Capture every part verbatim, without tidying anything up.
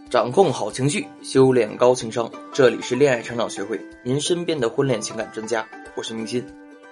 掌控好情绪，修炼高情商。这里是恋爱成长学会，您身边的婚恋情感专家，我是明心。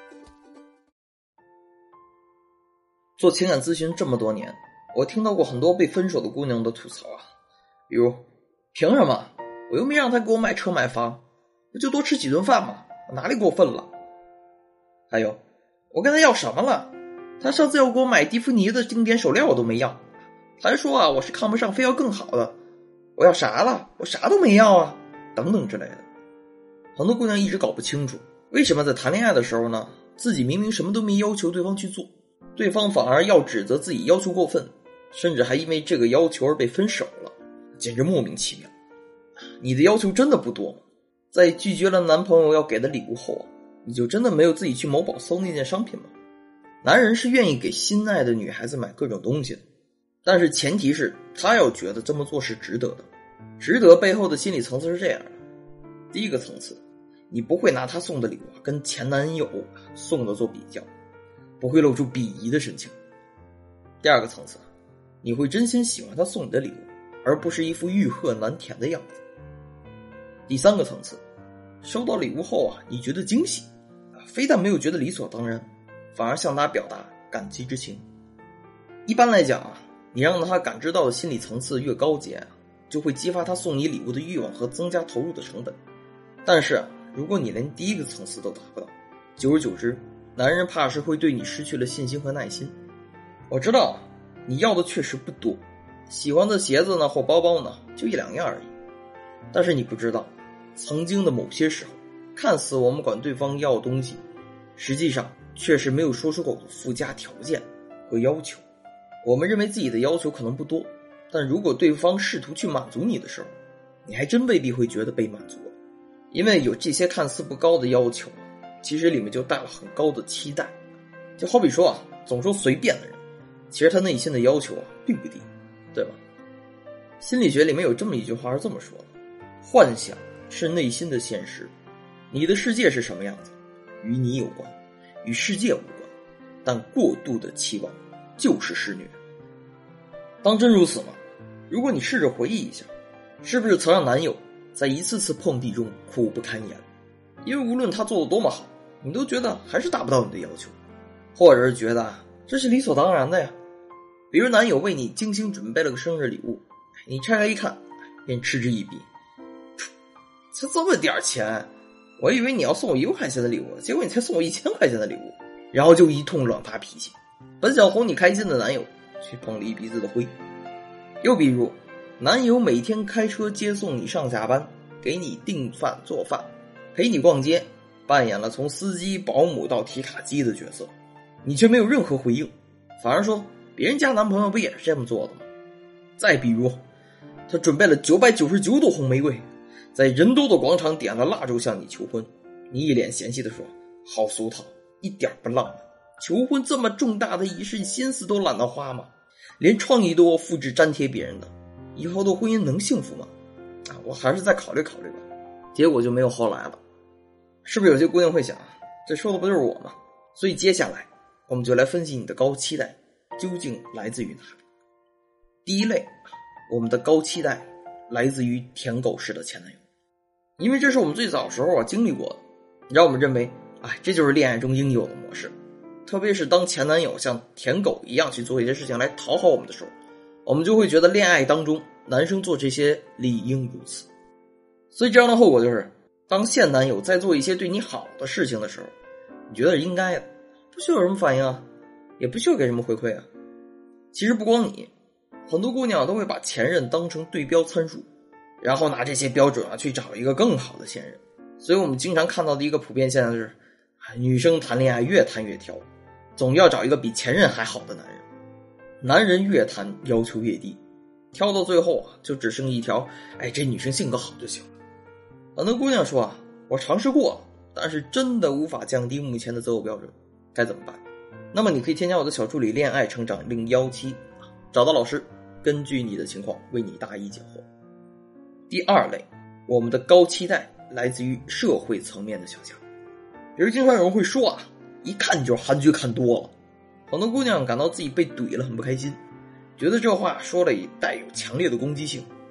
做情感咨询这么多年，我听到过很多被分手的姑娘的吐槽啊，比如凭什么我又没让他给我买车买房，不就多吃几顿饭吗？哪里过分了？还有我跟他要什么了？他上次要给我买蒂芙尼的经典手链我都没要，他还说啊我是看不上非要更好的，我要啥了？我啥都没要啊，等等之类的。很多姑娘一直搞不清楚，为什么在谈恋爱的时候呢，自己明明什么都没要求对方去做，对方反而要指责自己要求过分，甚至还因为这个要求而被分手了，简直莫名其妙。你的要求真的不多吗？在拒绝了男朋友要给的礼物后啊，你就真的没有自己去某宝搜那件商品吗？男人是愿意给心爱的女孩子买各种东西的，但是前提是他要觉得这么做是值得的。值得背后的心理层次是这样的：第一个层次，你不会拿他送的礼物跟前男友送的做比较，不会露出鄙夷的神情。第二个层次，你会真心喜欢他送你的礼物，而不是一副欲壑难填的样子。第三个层次，收到礼物后啊，你觉得惊喜，非但没有觉得理所当然，反而向他表达感激之情。一般来讲啊，你让他感知到的心理层次越高阶啊，就会激发他送你礼物的欲望和增加投入的成本。但是如果你连第一个层次都达不到，久而久之，男人怕是会对你失去了信心和耐心。我知道你要的确实不多，喜欢的鞋子呢或包包呢就一两样而已，但是你不知道，曾经的某些时候，看似我们管对方要东西，实际上确实没有说出口的附加条件和要求。我们认为自己的要求可能不多，但如果对方试图去满足你的时候，你还真未必会觉得被满足了。因为有这些看似不高的要求，其实里面就带了很高的期待。就好比说啊，总说随便的人，其实他内心的要求啊并不低，对吧？心理学里面有这么一句话是这么说的：幻想是内心的现实，你的世界是什么样子与你有关，与世界无关，但过度的期望就是施虐。当真如此吗？如果你试着回忆一下，是不是曾让男友在一次次碰壁中苦不堪言？因为无论他做得多么好，你都觉得还是达不到你的要求，或者是觉得这是理所当然的呀。比如男友为你精心准备了个生日礼物，你拆开一看便嗤之以鼻，才这么点钱，我以为你要送我一万块钱的礼物，结果你才送我一千块钱的礼物，然后就一通乱发脾气。本想哄你开心的男友却碰了一鼻子的灰。又比如男友每天开车接送你上下班，给你订饭做饭，陪你逛街，扮演了从司机保姆到提卡机的角色，你却没有任何回应，反而说别人家男朋友不也是这么做的吗？再比如他准备了九百九十九朵红玫瑰，在人多的广场点了蜡烛向你求婚，你一脸嫌弃地说好俗套，一点不浪漫，求婚这么重大的仪式心思都懒得花吗？连创意都要复制粘贴别人的，以后的婚姻能幸福吗？啊，我还是再考虑考虑吧。结果就没有后来了。是不是有些姑娘会想，这说的不就是我吗？所以接下来我们就来分析你的高期待究竟来自于哪里。第一类，我们的高期待来自于舔狗式的前男友，因为这是我们最早时候啊经历过的，让我们认为哎，这就是恋爱中应有的模式。特别是当前男友像舔狗一样去做一些事情来讨好我们的时候，我们就会觉得恋爱当中男生做这些理应如此。所以这样的后果就是，当现男友在做一些对你好的事情的时候，你觉得是应该的，不需要有什么反应啊，也不需要给什么回馈啊。其实不光你，很多姑娘都会把前任当成对标参数，然后拿这些标准啊去找一个更好的现任。所以我们经常看到的一个普遍现象就是，女生谈恋爱越谈越挑，总要找一个比前任还好的男人。男人越谈要求越低，挑到最后啊，就只剩一条，哎，这女生性格好就行了。很多姑娘说啊，我尝试过了，但是真的无法降低目前的择偶标准，该怎么办？那么你可以添加我的小助理恋爱成长零一七，找到老师，根据你的情况为你答疑解惑。第二类，我们的高期待来自于社会层面的想象。比如经常有人会说啊，一看就是韩剧看多了。很多姑娘感到自己被怼了很不开心，觉得这话说了也带有强烈的攻击性。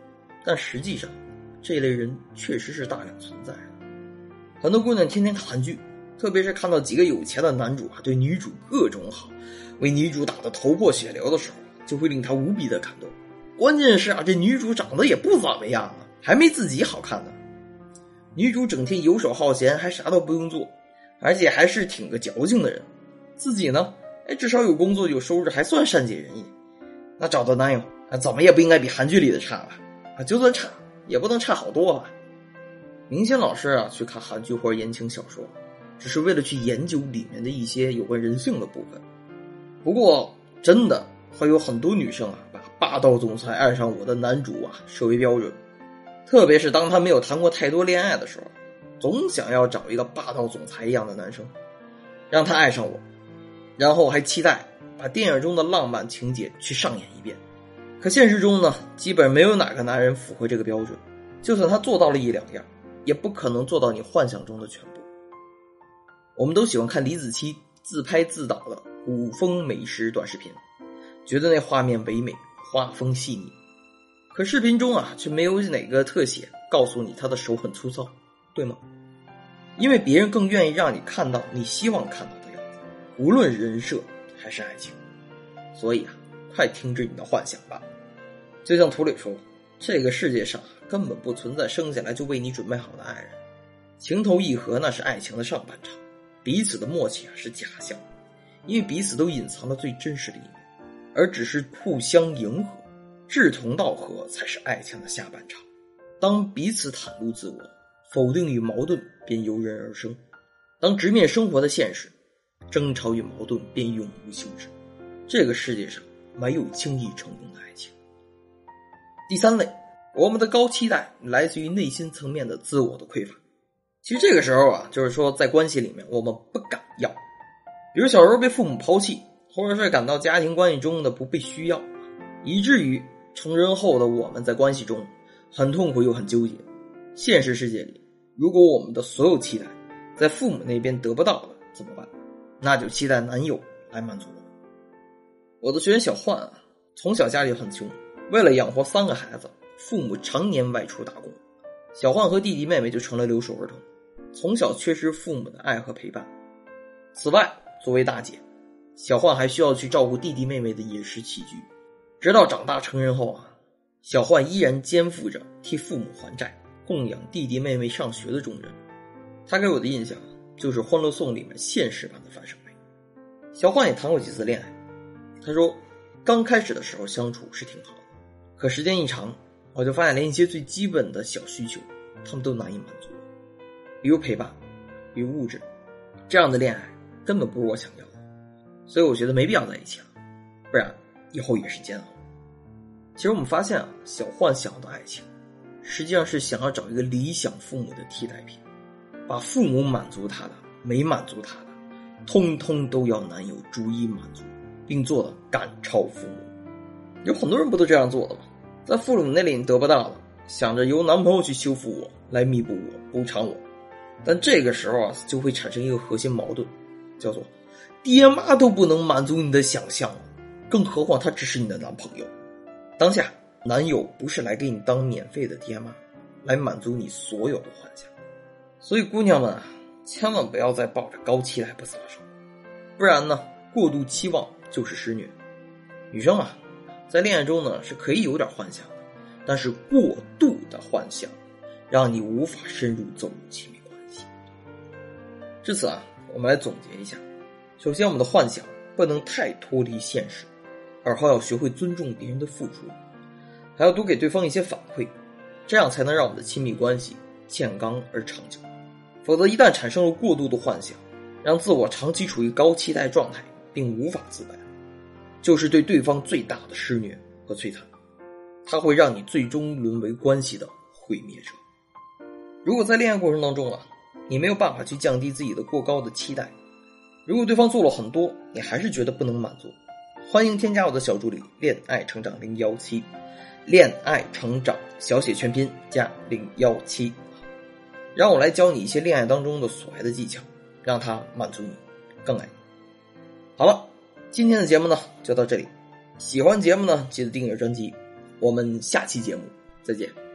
但实际上这一类人确实是大量存在的。很多姑娘天天看韩剧，特别是看到几个有钱的男主啊对女主各种好，为女主打得头破血流的时候，就会令她无比的感动。关键是啊，这女主长得也不怎么样啊，还没自己好看呢。女主整天游手好闲，还啥都不用做，而且还是挺个矫情的人。自己呢，哎，至少有工作有收入，还算善解人意。那找到男友啊，怎么也不应该比韩剧里的差吧？啊，就算差，也不能差好多吧。明星老师啊，去看韩剧或者言情小说，只是为了去研究里面的一些有关人性的部分。不过，真的会有很多女生啊，把霸道总裁爱上我的男主啊设为标准。特别是当他没有谈过太多恋爱的时候，总想要找一个霸道总裁一样的男生，让他爱上我，然后还期待把电影中的浪漫情节去上演一遍。可现实中呢，基本没有哪个男人符合这个标准，就算他做到了一两样，也不可能做到你幻想中的全部。我们都喜欢看李子柒自拍自导的古风美食短视频，觉得那画面唯美，画风细腻。可视频中啊，却没有哪个特写告诉你他的手很粗糙，对吗？因为别人更愿意让你看到你希望看到的样子，无论人设还是爱情。所以啊，快停止你的幻想吧。就像图里说，这个世界上根本不存在生下来就为你准备好的爱人，情投意合那是爱情的上半场，彼此的默契啊是假象，因为彼此都隐藏了最真实的一面，而只是互相迎合，志同道合才是爱情的下半场。当彼此袒露自我，否定与矛盾便油然而生；当直面生活的现实，争吵与矛盾便永无休止。这个世界上没有轻易成功的爱情。第三类，我们的高期待来自于内心层面的自我的匮乏。其实这个时候啊，就是说在关系里面我们不敢要，比如小时候被父母抛弃，或者是感到家庭关系中的不被需要，以至于成人后的我们在关系中很痛苦又很纠结。现实世界里，如果我们的所有期待在父母那边得不到了怎么办？那就期待男友来满足我们。我的学员小焕啊，从小家里很穷，为了养活三个孩子，父母常年外出打工，小焕和弟弟妹妹就成了留守儿童，从小缺失父母的爱和陪伴。此外，作为大姐，小焕还需要去照顾弟弟妹妹的饮食起居。直到长大成人后啊，小焕依然肩负着替父母还债、供养弟弟妹妹上学的重任。他给我的印象就是《欢乐颂》里面现实版的樊胜美。小焕也谈过几次恋爱，他说刚开始的时候相处是挺好的，可时间一长，我就发现连一些最基本的小需求他们都难以满足，比如陪伴，比如物质，这样的恋爱根本不是我想要的，所以我觉得没必要在一起了，不然以后也是煎熬。其实我们发现啊，小焕想要的爱情实际上是想要找一个理想父母的替代品，把父母满足他的、没满足他的通通都要男友逐一满足，并做到赶超父母。有很多人不都这样做的吗？在父母那里得不到了，想着由男朋友去修复我，来弥补我，补偿我。但这个时候啊，就会产生一个核心矛盾，叫做爹妈都不能满足你的想象了，更何况他只是你的男朋友。当下男友不是来给你当免费的爹妈，来满足你所有的幻想。所以姑娘们啊，千万不要再抱着高期待不撒手，不然呢，过度期望就是施虐。女生啊，在恋爱中呢是可以有点幻想的，但是过度的幻想让你无法深入走入亲密关系。至此啊，我们来总结一下。首先，我们的幻想不能太脱离现实，而后要学会尊重别人的付出，还要多给对方一些反馈，这样才能让我们的亲密关系健康而长久。否则一旦产生了过度的幻想，让自我长期处于高期待状态并无法自拔，就是对对方最大的施虐和摧残，它会让你最终沦为关系的毁灭者。如果在恋爱过程当中啊，你没有办法去降低自己的过高的期待，如果对方做了很多，你还是觉得不能满足，欢迎添加我的小助理恋爱成长零一七，恋爱成长小写全拼加零一七，让我来教你一些恋爱当中的所爱的技巧，让它满足你，更爱你。好了，今天的节目呢就到这里，喜欢节目呢记得订阅专辑，我们下期节目再见。